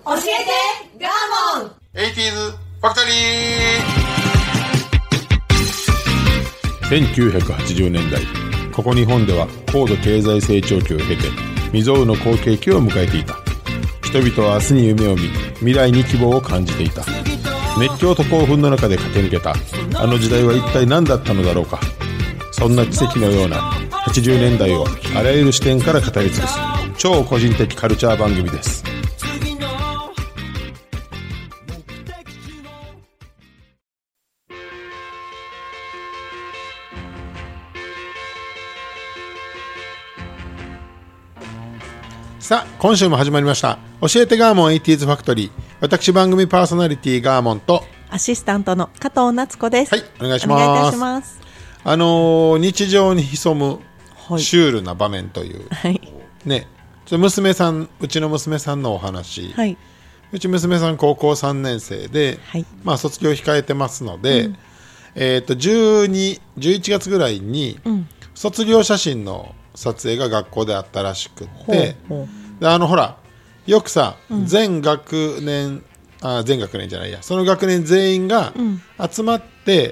教えてガーモン 80s ファクトリー。1980年代、ここ日本では高度経済成長期を経て未曾有の好景気を迎えていた。人々は明日に夢を見、未来に希望を感じていた。熱狂と興奮の中で駆け抜けたあの時代は一体何だったのだろうか。そんな奇跡のような80年代をあらゆる視点から語り尽くす超個人的カルチャー番組です。さあ今週も始まりました教えてガーモン 80s ファクトリー。私番組パーソナリティガーモンとアシスタントの加藤夏子です。 はい、お願いします。 お願いいたします。 日常に潜むシュールな場面という、 はい、 ね、娘さん、うちの娘さんのお話、 はい、 うち娘さん高校3年生で、 はい、 まあ、卒業控えてますので、11月ぐらいに、卒業写真の撮影が学校であったらしくって、でほらよくさ、全学年じゃないや、その学年全員が集まって、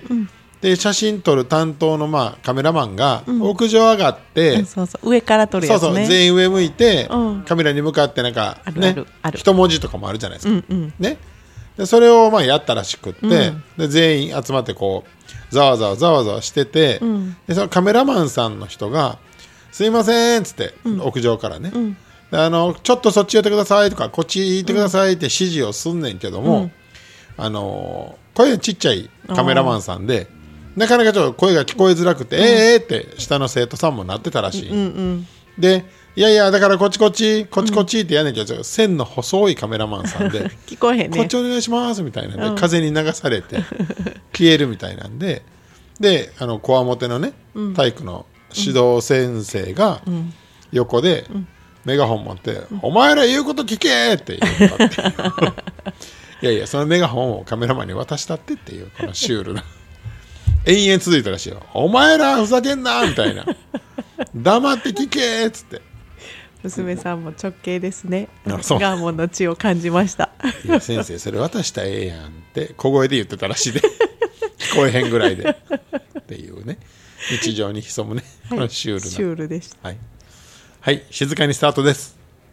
で写真撮る担当の、カメラマンが屋上上がって、 そうそう上から撮るやつね。 そうそう全員上向いて、カメラに向かってなんかね、一文字とかもあるじゃないですか、ね、でそれをやったらしくって、で全員集まってこうざわざわしてて、でそのカメラマンさんの人がすいませんっつって、屋上からね、でちょっとそっち寄ってくださいとかこっち行ってくださいって指示をすんねんけども、声がちっちゃいカメラマンさんでなかなかちょっと声が聞こえづらくて、って下の生徒さんもなってたらしい、でいやだからこっちってやねんけど、線の細いカメラマンさんで聞こえへんね、 こっちお願いしますみたいなで、風に流されて消えるみたいなんで、でこわもてのね、体育の指導先生が横で、メガホン持って、お前ら言うこと聞けって言ったっていういやそのメガホンをカメラマンに渡したってっていうこのシュールな延々続いたらしいよ。お前らふざけんなみたいな黙って聞けっつって。 娘さんも直系ですね。ガそうーモンの血を感じました。 いや先生それ渡したらええやんって小声で言ってたらしいで聞こえへんぐらいでっていうね、日常に潜むね、このシュールな、 シュールでした。 はい、静かにスタートです。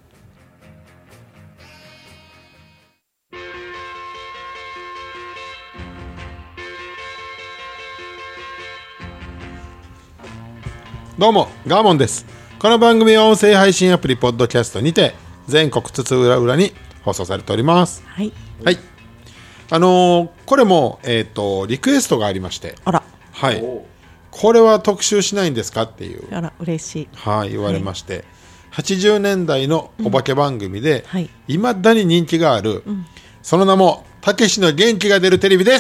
どうもガーモンです。この番組は音声配信アプリポッドキャストにて全国津々浦々に放送されております。 はい、 これも、リクエストがありまして、 あら、 はい、これは特集しないんですかっていう、 あら嬉しい、 言われまして、80年代のお化け番組でいまだに人気がある、その名もたけしの元気が出るテレビです。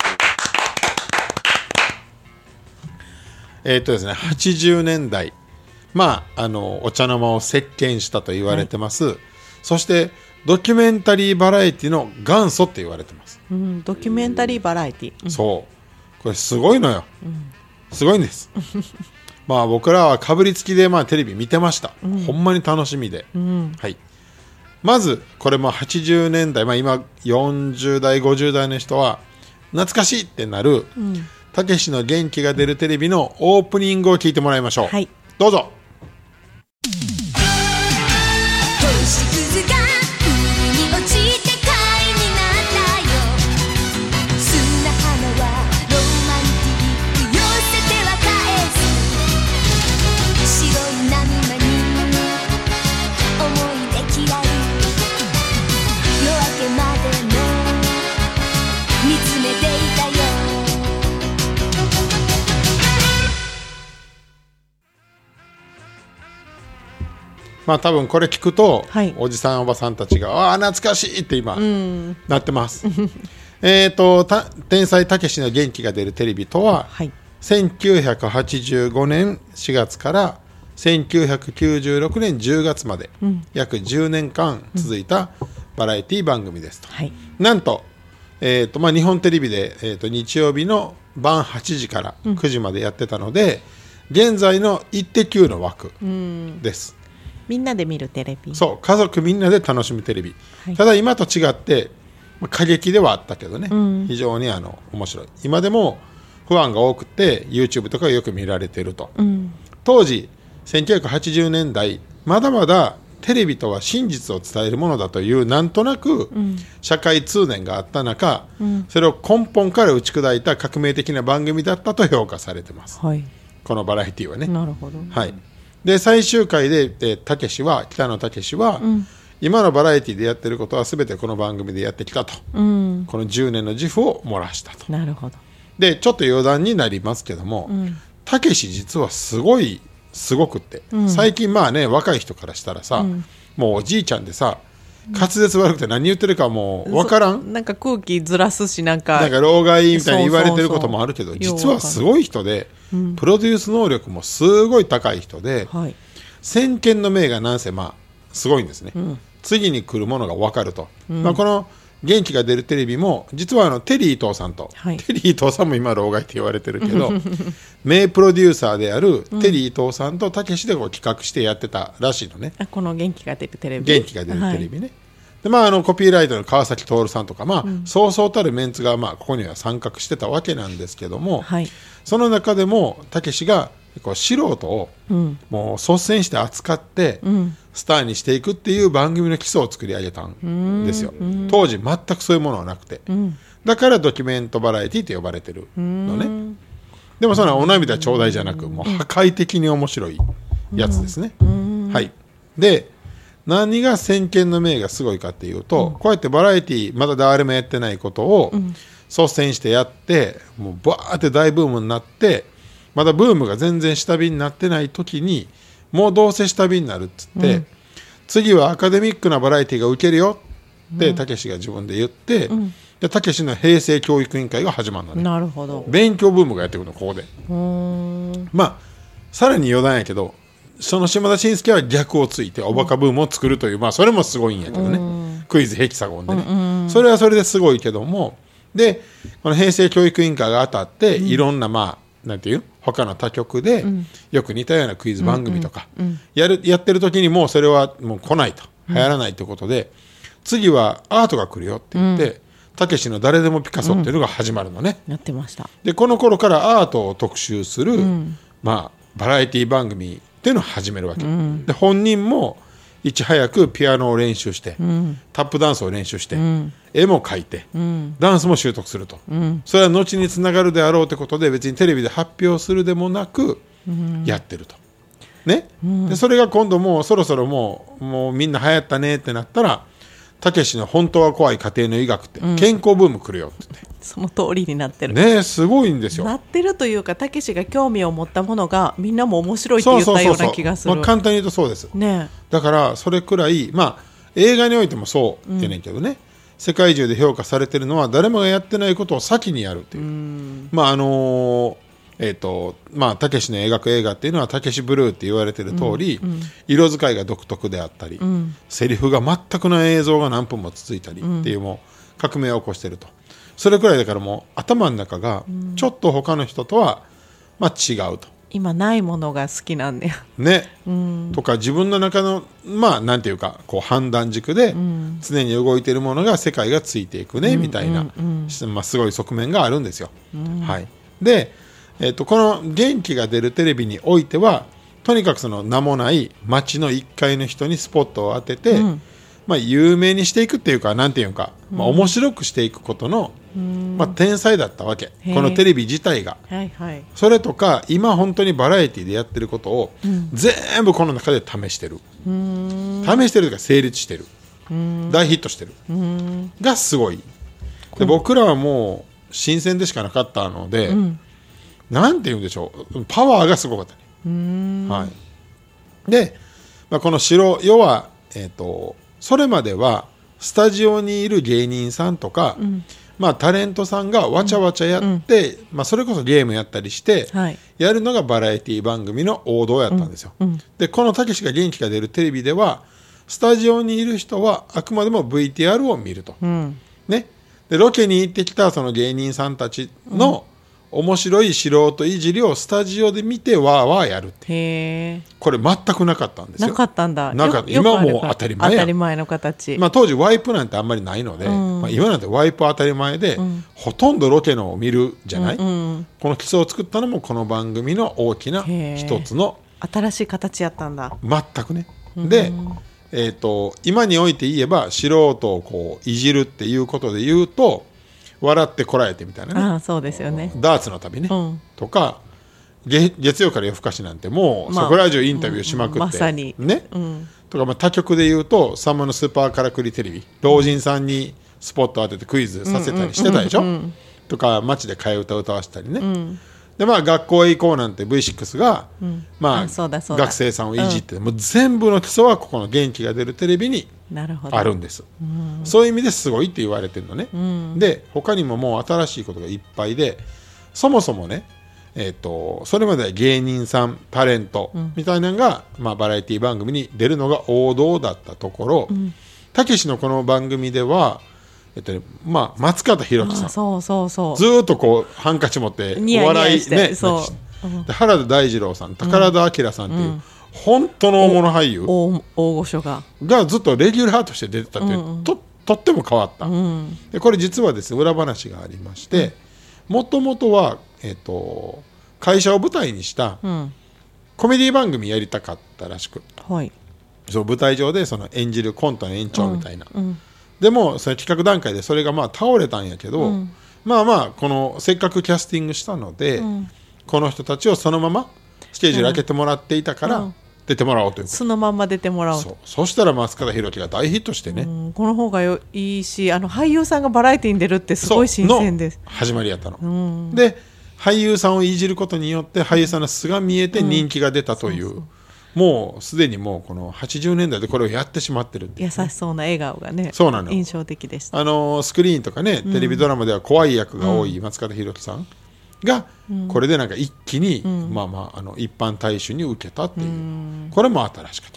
ですね、80年代、お茶の間を席巻したと言われてます、そしてドキュメンタリーバラエティの元祖って言われてます、 ドキュメンタリーバラエティ、 そうこれすごいのよ、すごいんです僕らはかぶりつきでテレビ見てました、ほんまに楽しみで、まずこれも80年代、今40代50代の人は懐かしいってなる、たけしの元気が出るテレビのオープニングを聞いてもらいましょう、どうぞ。多分これ聞くと、おじさんおばさんたちが懐かしいって今、なってます天才たけしの元気が出るテレビとは、1985年4月から1996年10月まで、約10年間続いたバラエティ番組ですと、なんと、日本テレビで、日曜日の晩8時から9時までやってたので、現在のイッテ Q の枠です。 みんなで見るテレビ。 そう家族みんなで楽しむテレビ、 はい、 ただ今と違って過激ではあったけどね、非常に面白い。今でもファンが多くて YouTube とかよく見られていると、当時1980年代まだまだテレビとは真実を伝えるものだというなんとなく社会通念があった中、それを根本から打ち砕いた革命的な番組だったと評価されてます、はい、このバラエティはね。 なるほど、 はい、で最終回で北野武は、今のバラエティでやってることは全てこの番組でやってきたと、この10年の自負を漏らしたと。 なるほど。 でちょっと余談になりますけども、武実はすごくって、最近まあね若い人からしたらさ、もうおじいちゃんでさ滑舌悪くて何言ってるかもう分からん、 なんか空気ずらすしなんか老害みたいに言われてることもあるけど、実はすごい人で、プロデュース能力もすごい高い人で、先見の明がなんせまあすごいんですね、次に来るものが分かると、まあ、この元気が出るテレビも実はテリー伊藤さんと、テリー伊藤さんも今老害って言われてるけど名プロデューサーであるテリー伊藤さんとたけしでこう企画してやってたらしいのね、 この元気が出るテレビ、 元気が出るテレビね、でまあ、コピーライターの川崎徹さんとか、まあそうそうたるメンツが、まあ、ここには参画してたわけなんですけども、その中でもたけしがこう素人をもう率先して扱って、スターにしていくっていう番組の基礎を作り上げたんですよ。当時全くそういうものはなくて、だからドキュメントバラエティと呼ばれてるのね。でもそのお涙ちょうだいじゃなく、もう破壊的に面白いやつですね。はい。で何が先見の明がすごいかっていうと、こうやってバラエティまだ誰もやってないことを率先してやって、もうバーって大ブームになって、まだブームが全然下火になってない時にもうどうせ下火になるっつって、次はアカデミックなバラエティが受けるよってたけしが自分で言って、でたけしの平成教育委員会が始まるのね。 なるほど。 勉強ブームがやってくるのここで。まあさらに余談やけど、その島田紳介は逆をついておバカブームを作るという、まあそれもすごいんやけどね、クイズヘキサゴンでね、それはそれですごいけども、でこの平成教育委員会が当たって、いろんなまあなんていう他の他局でよく似たようなクイズ番組とかやってる時にもうそれはもう来ないと、流行らないということで、次はアートが来るよって言ってたけしの誰でもピカソっていうのが始まるのね、 やってました。 でこの頃からアートを特集する、まあバラエティ番組っていうのを始めるわけ、で本人もいち早くピアノを練習して、タップダンスを練習して、絵も描いて、ダンスも習得すると、それは後につながるであろうということで別にテレビで発表するでもなくやってると、ね、でそれが今度もうそろそろもうみんな流行ったねってなったら、たけしの本当は怖い家庭の医学って健康ブーム来るよって言って、 その通りになってるね、すごいんですよ。 なってるというか、たけしが興味を持ったものがみんなも面白いって言ったような気がする。 まあ、簡単に言うとそうです、 ね、だからそれくらい、まあ、映画においてもそうってねんけどね、世界中で評価されてるのは誰もがやってないことを先にやるっていう、まあまあたけしの描く映画っていうのはたけしブルーって言われてる通り、色使いが独特であったり、セリフが全くない映像が何分も続いたりっていう、もう革命を起こしてると。それくらいだからもう頭の中がちょっと他の人とはまあ違うと、 今ないものが好きなんだよね、とか自分の中のまあなんていうかこう判断軸で常に動いているものが世界がついていくね、みたいな、まあ、すごい側面があるんですよ、はい。でこの元気が出るテレビにおいてはとにかくその名もない街の1階の人にスポットを当てて、まあ、有名にしていくっていうかなんていうか、まあ、面白くしていくことの、まあ、天才だったわけ、このテレビ自体が、それとか今本当にバラエティでやってることを全部この中で試してる、試してるというか成立してる、大ヒットしてる、がすごい。で僕らはもう新鮮でしかなかったので、なんて言うんでしょう、パワーがすごかったね、はい。で、まあ、この要は、それまではスタジオにいる芸人さんとか、まあ、タレントさんがわちゃわちゃやって、まあ、それこそゲームやったりして、やるのがバラエティ番組の王道やったんですよ、でこのたけしが元気が出るテレビではスタジオにいる人はあくまでも VTR を見ると、ね、でロケに行ってきたその芸人さんたちの、 面白い素人いじりをスタジオで見てわーわーやるってへー、 これ全くなかったんですよ。 なかったんだ。 なかった。今もう当たり前やん。 当たり前の形。 当時ワイプなんてあんまりないので、今なんてワイプ当たり前で、ほとんどロケのを見るじゃない、この基礎を作ったのもこの番組の大きな一つの新しい形やったんだ。 全くね。で、今において言えば素人をこういじるっていうことで言うと笑ってこらえてみたいなね。 ああ、そうですよね。 ダーツの旅ね、とか月曜から夜更かしなんてもうそこら中インタビューしまくって、 まさにね、とか他局で言うとさんまのスーパーからくりテレビ老人さんにスポット当ててクイズさせたりしてたでしょ、とか街で替え歌歌わせたりね、で学校へ行こうなんて V6 が、学生さんをいじって、もう全部の基礎はここの元気が出るテレビにあるんです。そういう意味ですごいって言われてるのね、で他にももう新しいことがいっぱいで、そもそもね、それまでは芸人さんタレントみたいなのが、バラエティ番組に出るのが王道だったところ、たけしのこの番組では松方弘樹さん、ずっとこうハンカチ持ってお笑いね、で原田大二郎さん、宝田明さんっていう、本当の大物俳優大御所がずっとレギュラーとして出てたっていう、とっても変わった、でこれ実はですね裏話がありまして、もともとは、会社を舞台にしたコメディ番組やりたかったらしく、そう舞台上でその演じるコントの延長みたいな、でもその企画段階でそれが倒れたんやけど、このせっかくキャスティングしたので、この人たちをそのままスケジュール開けてもらっていたから、出てもらおうということ、 そのまま出てもらおうと。 そしたら松方弘樹が大ヒットしてね、 この方がいいし、俳優さんがバラエティに出るってすごい新鮮です。 始まりやったの、で俳優さんをいじることによって俳優さんの素が見えて人気が出たという、もうすでにもうこの80年代でこれをやってしまってるっていう、 優しそうな笑顔がね、 そうなの、 印象的でした。 スクリーンとかね、テレビドラマでは怖い役が多い松方弘樹さんが、これでなんか一気に、一般大衆に受けたっていう、これも新しかった。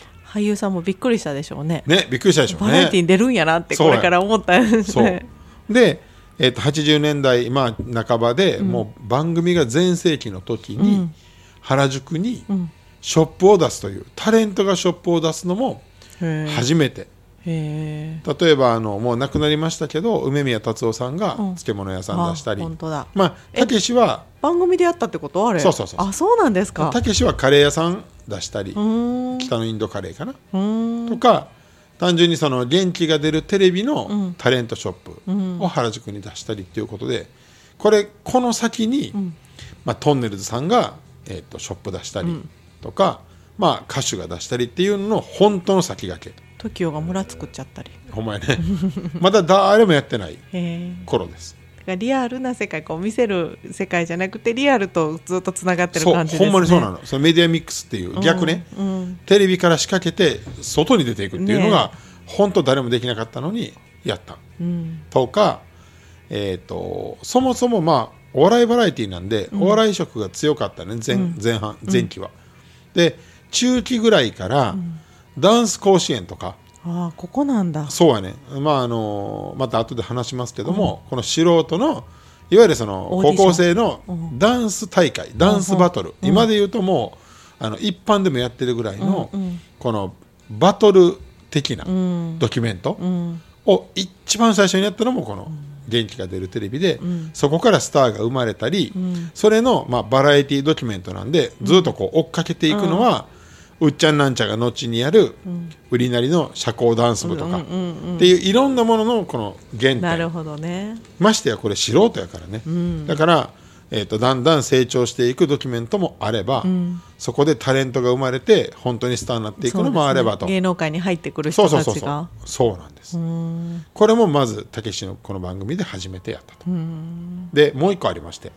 俳優さんもびっくりしたでしょうね。 びっくりしたでしょうね。 バラエティに出るんやなってこれから思ったんですね。 で、80年代、半ばで、もう番組が全盛期の時に、原宿にショップを出すという、タレントがショップを出すのも初めて。例えばもう亡くなりましたけど梅宮達夫さんが漬物屋さん出したり、たけしは番組でやったってこと？あれ、 そうなんですか。 たけしはカレー屋さん出したり、北のインドカレーかなとか、単純にその元気が出るテレビのタレントショップを原宿に出したりっていうことで、この先に、トンネルズさんが、ショップ出したりとか、歌手が出したりっていうのの本当の先駆け。 TOKIO が村作っちゃったり、 ほんまやねまだ誰もやってない頃です。 リアルな世界、こう見せる世界じゃなくてリアルとずっとつながってる感じですね。 ほんまにそうなの。そのメディアミックスっていう逆ね、テレビから仕掛けて外に出ていくっていうのが、本当誰もできなかったのにやった、とか、そもそもお笑いバラエティなんで、お笑い色が強かったね、前期は。で中期ぐらいから、ダンス甲子園とか、 ここなんだ。 そうやね、また後で話しますけども、この素人のいわゆるその高校生のダンス大会、ダンスバトル、今で言うともう一般でもやってるぐらいの、このバトル的なドキュメントを一番最初にやったのもこの元気が出るテレビで、そこからスターが生まれたり、それのバラエティドキュメントなんで、ずっとこう追っかけていくのは、うっちゃんなんちゃが後にやる売りなりの社交ダンス部とかっていういろんなもののこの原点。 なるほどね。 ましてやこれ素人やからね、だから、だんだん成長していくドキュメントもあれば、そこでタレントが生まれて本当にスターになっていくのもあればと、 芸能界に入ってくる人たちがそうなんです。これもまずたけしのこの番組で初めてやったと。でもう一個ありまして、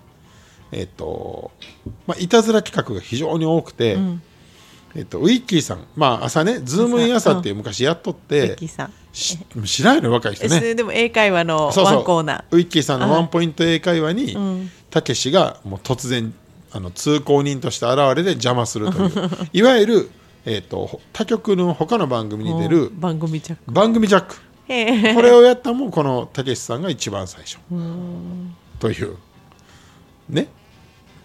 いたずら企画が非常に多くて、ウィッキーさん、朝ねズームイン朝っていう昔やっとって、 ウィッキーさん知らないの若い人ね。 でも英会話のワンコーナー、 ウィッキーさんのワンポイント英会話にたけしがもう突然通行人として現れて邪魔するといういわゆる、他局の他の番組に出る番組ジャック、 これをやったもこのたけしさんが一番最初というね。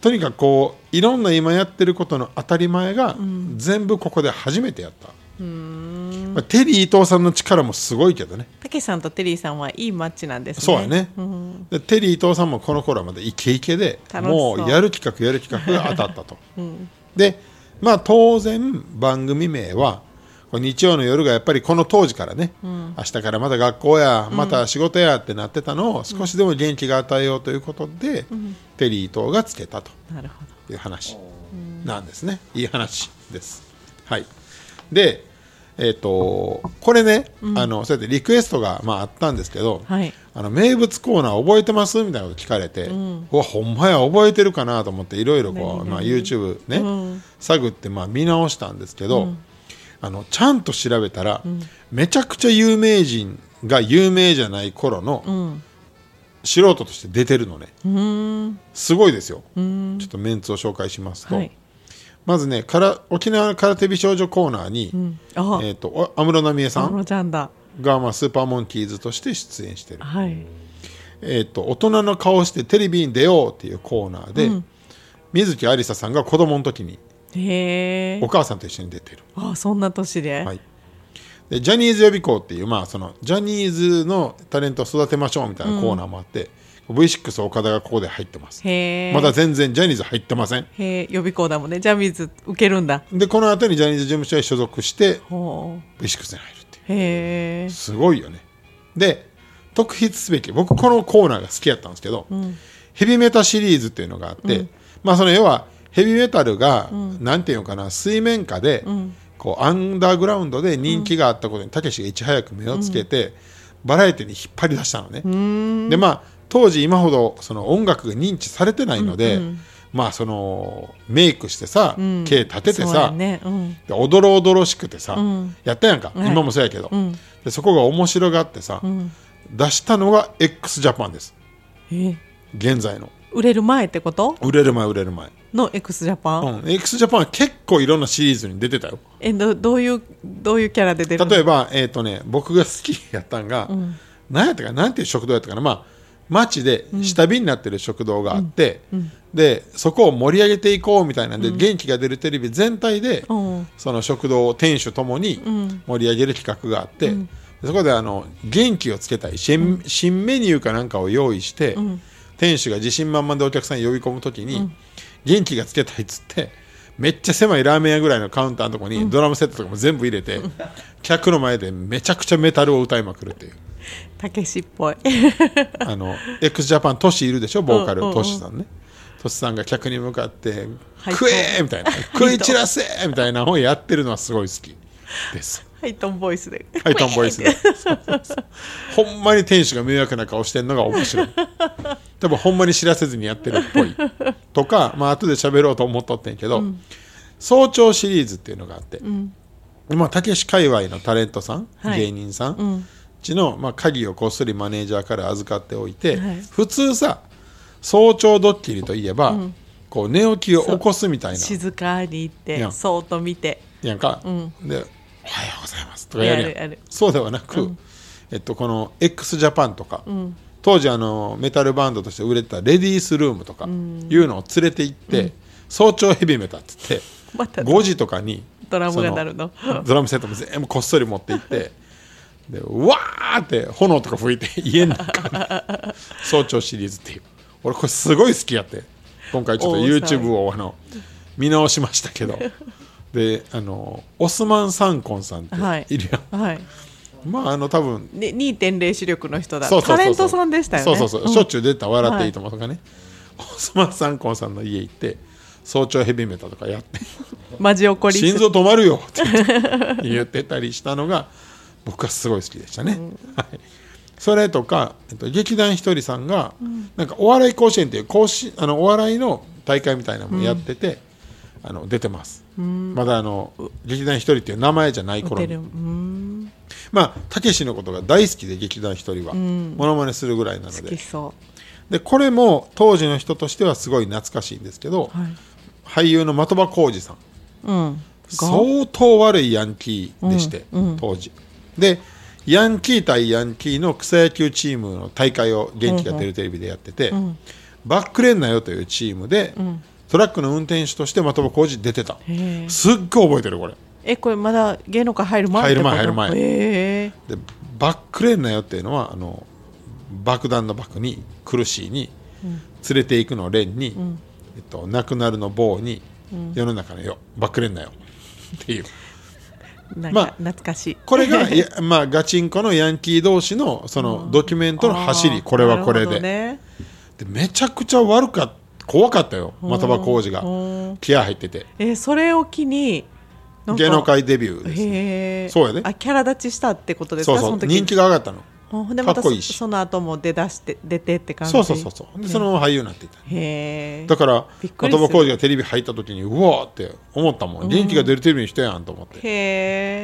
とにかくこういろんな今やってることの当たり前が全部ここで初めてやった、テリー伊藤さんの力もすごいけどね。 たけしさんとテリーさんはいいマッチなんですね。 そうやね、でテリー伊藤さんもこの頃はまだイケイケでもうやる企画が当たったと、でまあ当然番組名は日曜の夜がやっぱりこの当時からね、明日からまた学校やまた仕事やってなってたのを少しでも元気が与えようということで、テリー伊藤がつけたという話なんですね。いい話です。はい。でこれね、そうやってリクエストがあったんですけど、 はい、 名物コーナー覚えてますみたいなこと聞かれて、うわほんまや覚えてるかなと思っていろいろこう、YouTube ね、探って見直したんですけど、ちゃんと調べたら、めちゃくちゃ有名人が有名じゃない頃の、素人として出てるのね、すごいですよ。ちょっとメンツを紹介しますと、はい、まずね沖縄空手美少女コーナーに、安室奈美恵さんが、スーパーモンキーズとして出演してる、はい、大人の顔してテレビに出ようっていうコーナーで、水木有沙さんが子供の時にお母さんと一緒に出てる。 そんな年で、 はい、でジャニーズ予備校っていう、そのジャニーズのタレントを育てましょうみたいなコーナーもあって、V6 岡田がここで入ってます。まだ全然ジャニーズ入ってません。 予備校だもんね。ジャニーズ受けるんだ。 でこの後にジャニーズ事務所へ所属して V6 に入るっていう、すごいよね。で特筆すべき、僕このコーナーが好きやったんですけど、ヘビメタシリーズっていうのがあって、その要はヘビメタルが、なんていうのかな、水面下で、こうアンダーグラウンドで人気があったことにたけしがいち早く目をつけて、バラエティに引っ張り出したのね。で当時今ほどその音楽が認知されてないので、そのメイクしてさ、毛立ててさ、おどろおどろしくてさ、やったやんか、今もそうやけど、でそこが面白がってさ、出したのが x ジャパンです。現在の売れる前ってこと？ 売れる前の x ジャパン、 x ジャパンは結構いろんなシリーズに出てたよ。 どういうキャラで出るの？ 例えば、僕が好きやったんが、何やったかな、なんていう食堂やったかな、街で下火になってる食堂があって、でそこを盛り上げていこうみたいなんで、元気が出るテレビ全体で、その食堂を店主ともに盛り上げる企画があって、そこで元気をつけたい新メニューかなんかを用意して、店主が自信満々でお客さん呼び込むときに、元気がつけたいっつってめっちゃ狭いラーメン屋ぐらいのカウンターのとこにドラムセットとかも全部入れて、客の前でめちゃくちゃメタルを歌いまくるっていう。 たけしっぽい x ジャパントシいるでしょ、ボーカルトシさんね。トシさんが客に向かって食えーみたいな、食い散らせーみたいなのをやってるのはすごい好きです。 ハイトンボイスでほんまに店主が迷惑な顔してるのが面白い。多分ほんまに知らせずにやってるっぽいとか、後で喋ろうと思っとってんけど、早朝シリーズっていうのがあって、たけし界隈のタレントさん、芸人さん、ちの、鍵をこっそりマネージャーから預かっておいて、普通さ早朝ドッキリといえば、こう寝起きを起こすみたいな、 静かに行ってそーっと見てやんか、でおはようございますとかやるやん。そうではなく、この x ジャパンとか、当時メタルバンドとして売れてたレディースルームとかいうのを連れて行って、早朝ヘビメタっつって5時とかにドラムが鳴るのドラムセットも全部こっそり持って行ってでうわーって炎とか吹いて家の中早朝シリーズっていう、俺これすごい好きやって、今回ちょっと YouTube を見直しましたけど、でオスマン・サンコンさんっているやん、多分、 2.0 視力の人だ、タレントさんでしたよね。 しょっちゅう出た笑っていいともとかね、オスマン・サンコンさんの家行って早朝ヘビメタとかやってマジ怒り心臓止まるよって言ってたりしたのが僕はすごい好きでしたね、それとか、劇団ひとりさんが、なんかお笑い甲子園っていうお笑いの大会みたいなのもやってて、出てます、まだ劇団ひとりっていう名前じゃない頃に、たけしのことが大好きで劇団ひとりはモノマネするぐらいなので、 好きそうでこれも当時の人としてはすごい懐かしいんですけど、俳優の的場浩司さん、相当悪いヤンキーでして、当時でヤンキー対ヤンキーの草野球チームの大会を元気が出るテレビでやってて、バックレンナよというチームで、 トラックの運転手として的場浩司出てた。すっごい覚えてるこれ。 これまだ芸能界入る前ってこと？ 入る前でバックレーンなよっていうのは爆弾の爆に苦しいに、連れていくのレンに、亡くなるの棒に、世の中のよバックレーンなよっていうなんか懐かしい、 これがガチンコのヤンキー同士のそのドキュメントの走り、これはこれで、でめちゃくちゃ怖かったよ、的場浩司が気合入ってて、 それを機に芸能界デビューですね。そうやで、 キャラ立ちしたってことですか？ そうそう、人気が上がったの。 でまたその後も出てって感じ。 そうでそのまま俳優になっていた。だから的場浩司がテレビ入った時にうわーって思ったもん、元気が出るテレビの人やんと思って、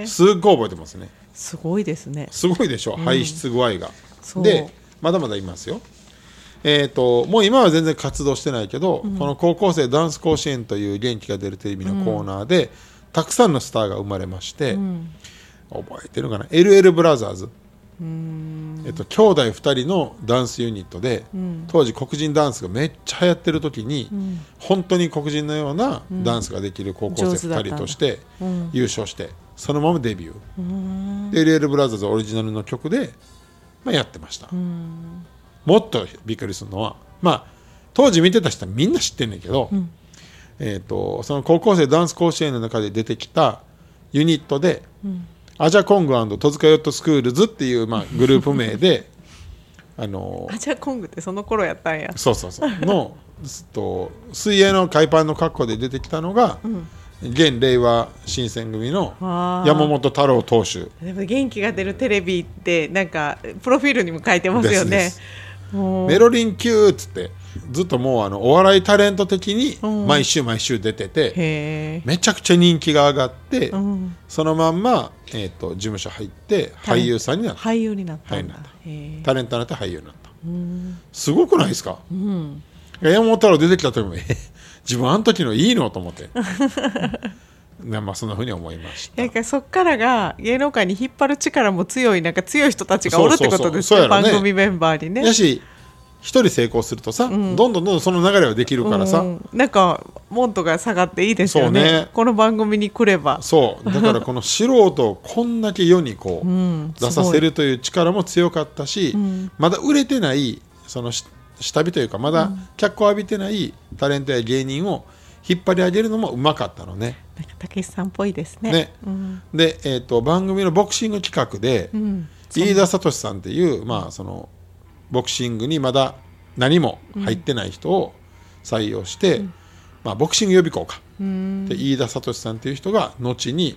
すっごい覚えてますね。 すごいですね。 すごいでしょ、排出具合が。でまだまだいますよ。もう今は全然活動してないけど、この高校生ダンス甲子園という元気が出るテレビのコーナーで、たくさんのスターが生まれまして、覚えてるかな、 LL ブラザーズ、兄弟2人のダンスユニットで、当時黒人ダンスがめっちゃ流行ってる時に、本当に黒人のようなダンスができる高校生2人として優勝して、そのままデビュー、で LL ブラザーズオリジナルの曲で、やってました。もっとびっくりするのは、当時見てた人はみんな知ってんねんけど、その高校生ダンス甲子園の中で出てきたユニットで、アジャコング&戸塚ヨットスクールズっていう、グループ名でアジャコングってその頃やったんや。 そうの水泳の海パンの格好で出てきたのが、現令和新選組の山本太郎投手。 でも元気が出るテレビってなんかプロフィールにも書いてますよね。 メロリン Q っつってずっともうお笑いタレント的に毎週出てて、めちゃくちゃ人気が上がって、そのまんま、事務所入って俳優さんになった。 俳優になったんだ。 タレントになって俳優になった。すごくないですか？山本太郎出てきた時も自分あの時のいいのと思ってそんな風に思いました。 なんかそっからが芸能界に引っ張る力も強い、なんか強い人たちがおるってことですね。番組メンバーにね。 やし一人成功するとさ、どんどんその流れはできるからさ、 なんか門戸が下がっていいですよね。この番組に来れば。 だからこの素人をこんだけ世にこう出させるという力も強かったし、まだ売れてないその下火というか、まだ脚光を浴びてないタレントや芸人を引っ張り上げるのもうまかったのね。 なんかたけしさんっぽいですね。 で、番組のボクシング企画で、飯田聡さんっていう、そのボクシングにまだ何も入ってない人を採用して、ボクシング予備校か、で飯田聡さんっていう人が後に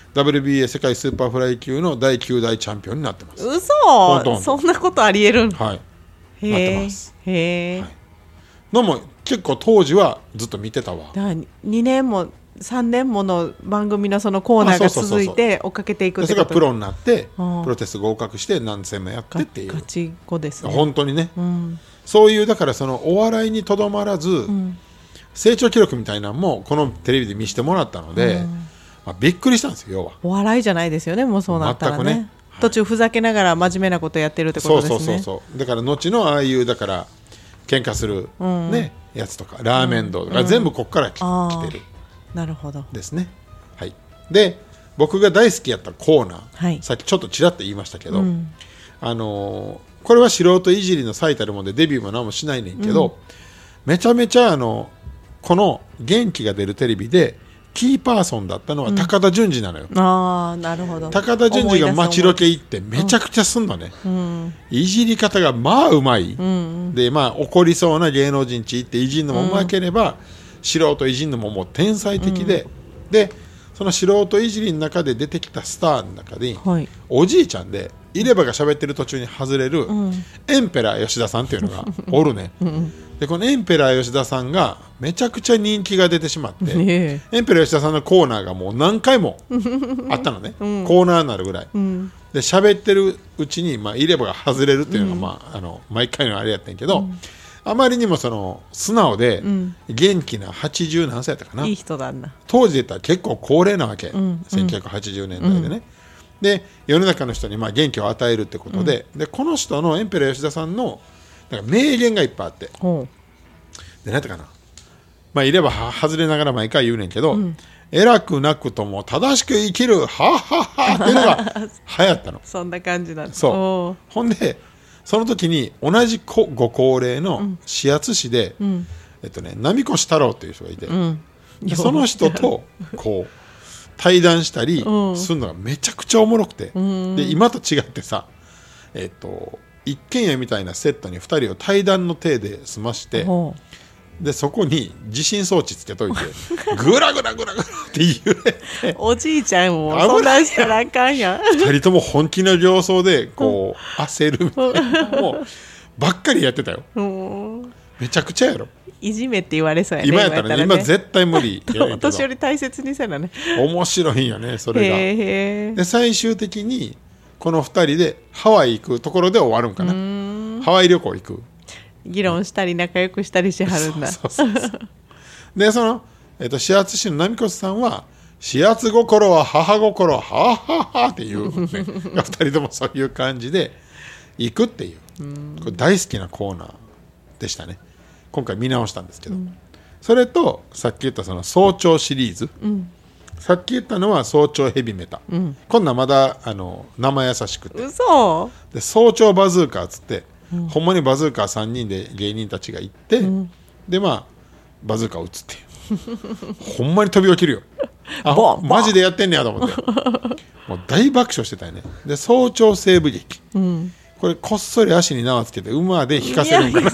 WBA 世界スーパーフライ級の第9代チャンピオンになってます。 嘘、そんなことありえるん？ はい、なってます。のも結構当時はずっと見てたわ。 2年も3年もの番組のそのコーナーが続いて追っかけていくってこと。 それがプロになってプロテスト合格して何戦もやってっていうガチンコですね。 本当にね、そういうだからそのお笑いにとどまらず、成長記録みたいなのもこのテレビで見せてもらったので、びっくりしたんですよ。要はお笑いじゃないですよね、もうそうなったらね。全くね、途中ふざけながら真面目なことやってるってことですね。 そうだから後のああいうだから喧嘩する、やつとかラーメン道とか、全部ここから来てる。 なるほどですね。はい。で僕が大好きやったコーナー、さっきちょっとちらっと言いましたけど、これは素人いじりの最たるものでデビューも何もしないねんけど、めちゃめちゃこの元気が出るテレビでキーパーソンだったのは高田純次なのよ。 なるほど。 高田純次が街ロケ行ってめちゃくちゃすんのね。いじり方がうまい。で怒りそうな芸能人地行っていじるのもうまければ、素人いじるのももう天才的で、でその素人いじりの中で出てきたスターの中に、おじいちゃんでイレバが喋ってる途中に外れる、エンペラー吉田さんっていうのがおるね。でこのエンペラー吉田さんがめちゃくちゃ人気が出てしまって、エンペラー吉田さんのコーナーがもう何回もあったのね、コーナーになるぐらい、で喋ってるうちに、イレバが外れるっていうのが、毎回のあれやったんやけど、あまりにもその素直で元気な80何歳やったかな、 いい人だな。 当時で言ったら結構高齢なわけ、1980年代でね、で世の中の人に元気を与えるってことで、でこの人のエンペラー吉田さんのなんか名言がいっぱいあって、で何やったかな、 まあいれば外れながら毎回言うねんけど、偉くなくとも正しく生きるはっはっはっていうのが流行ったの。 そんな感じなんです。 そう。ほんでその時に同じご高齢の始圧師で、波越太郎っていう人がいて、でその人とこう対談したりするのがめちゃくちゃおもろくて、で今と違ってさ、一軒家みたいなセットに2人を対談の体で済まして、でそこに地震装置つけといてグラグラグラグラって揺れておじいちゃんもそんなんしたらあかんやん。 2人とも本気の形相でこう焦るみたいなのをばっかりやってたよ。めちゃくちゃやろ。 いじめって言われそうやね。 今やったらね、今絶対無理やお年寄り大切にせなね。 面白いんよねそれが。で最終的にこの2人でハワイ行くところで終わるんかな。ハワイ旅行行く議論したり仲良くしたりしはるんだ。 でその、始圧師の波越さんは始圧心は母心ははははっていう、ね、2人ともそういう感じで行くっていう、これ大好きなコーナーでしたね。今回見直したんですけど、それとさっき言ったその早朝シリーズ、さっき言ったのは早朝ヘビメタ、今度はまだ生優しくて、 嘘で早朝バズーカーっつって、ほんまにバズーカー3人で芸人たちが行って、でまあバズーカー撃つっていうほんまに飛び起きるよ。マジでやってんねやと思ってもう大爆笑してたよね。で早朝西部劇、これこっそり足に縄つけて馬で引かせるんかな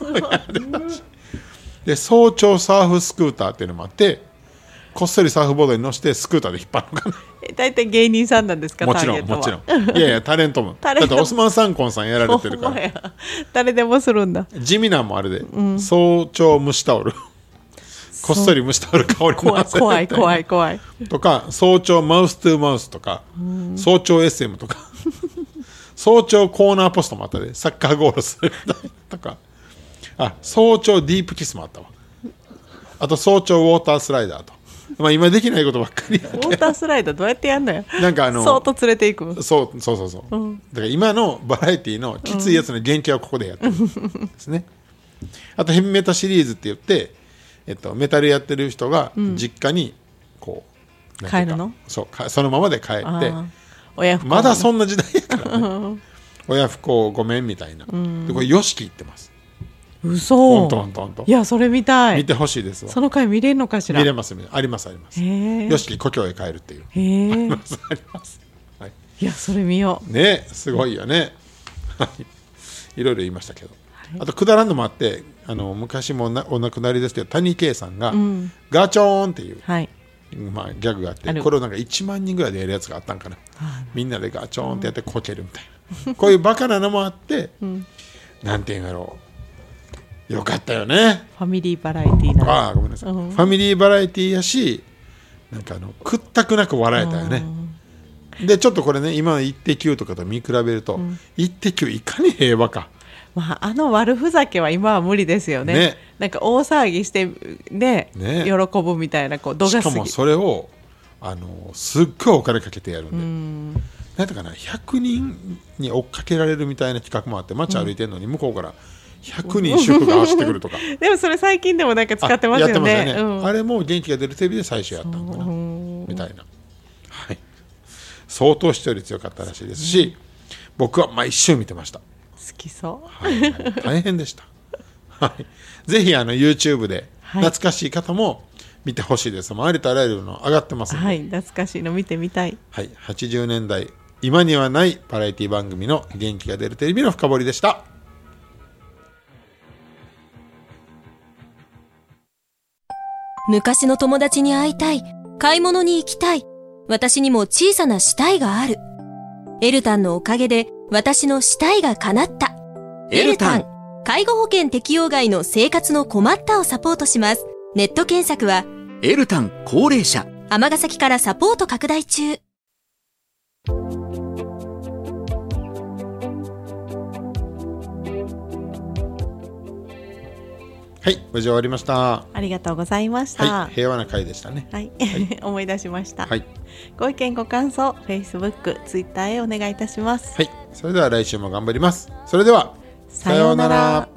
で早朝サーフスクーターっていうのもあって、こっそりサーフボードに乗せてスクーターで引っ張るのかな。 大体芸人さんなんですか？ もちろんもちろん。いやいやタレントもだってオスマン・サンコンさんやられてるから誰でもするんだ。 地味なんもあれで、早朝蒸しタオルこっそり蒸しタオル香り回せ怖い怖い怖いとか、早朝マウストゥーマウスとか、早朝 SM とか早朝コーナーポストもあったで、サッカーゴールするとか、早朝ディープキスもあったわ。あと早朝ウォータースライダーと、まあ、今できないことばっかりやけど。 ウォータースライダーどうやってやんのよ。 なんかそーっと連れていく。 そう、だから今のバラエティのきついやつの原型はここでやってるんですね。あとヘビメタシリーズって言って、メタルやってる人が実家にこう、 帰るの？ そのままで帰って親不孝まだそんな時代やからね親不孝ごめんみたいな、でこれヨシキ言ってます。 嘘。 ほんといやそれ見たい。 見てほしいですわ。 その回見れるのかしら。 見れます。ありますヨシキ故郷へ帰るっていうあります、はい、 いやそれ見ようね。すごいよねいろいろ言いましたけど、あとくだらんのもあって、昔もお亡くなりですけど谷圭さんが、ガチョーンっていう、まあ、ギャグがあって、これをなんか1万人ぐらいでやるやつがあったんかな、みんなでガチョーンってやってこけるみたいな、こういうバカなのもあって、なんていうんやろう、よかったよね。 ファミリーバラエティーな。 ごめんなさい、ファミリーバラエティーやし、なんか屈ったくなく笑えたよね。でちょっとこれね、今のイッテ Q とかと見比べると、イッテ Q いかに平和か。 まあ、悪ふざけは今は無理ですよ ね。なんか大騒ぎして、ね喜ぶみたいな度が過ぎ。しかもそれをすっごいお金かけてやるんで、なんだかな、100人に追っかけられるみたいな企画もあって、街歩いてるのに向こうから100人主婦が走ってくるとかでもそれ最近でもなんか使ってますよね。 やってますよね、あれも元気が出るテレビで最初やったのかなみたいな、はい、相当視聴率良かったらしいですし、僕は毎週見てました。 好きそう、 はい、大変でした、はい、ぜひYouTube で懐かしい方も見てほしいです。ありとあらゆるの上がってますので、 はい、懐かしいの見てみたい、 はい、80年代今にはないバラエティ番組の元気が出るテレビの深掘りでした。 昔の友達に会いたい、買い物に行きたい、私にも小さなしたいがある。エルタンのおかげで私のしたいが叶った。エルタン、介護保険適用外の生活の困ったをサポートします。ネット検索はエルタン高齢者。 尼崎からサポート拡大中。 はい、無事終わりました。 ありがとうございました。 はい、平和な回でしたね。 はい、思い出しました。 はい、 ご意見ご感想、Facebook、Twitter へお願いいたします。 はい、それでは来週も頑張ります。それではさようなら。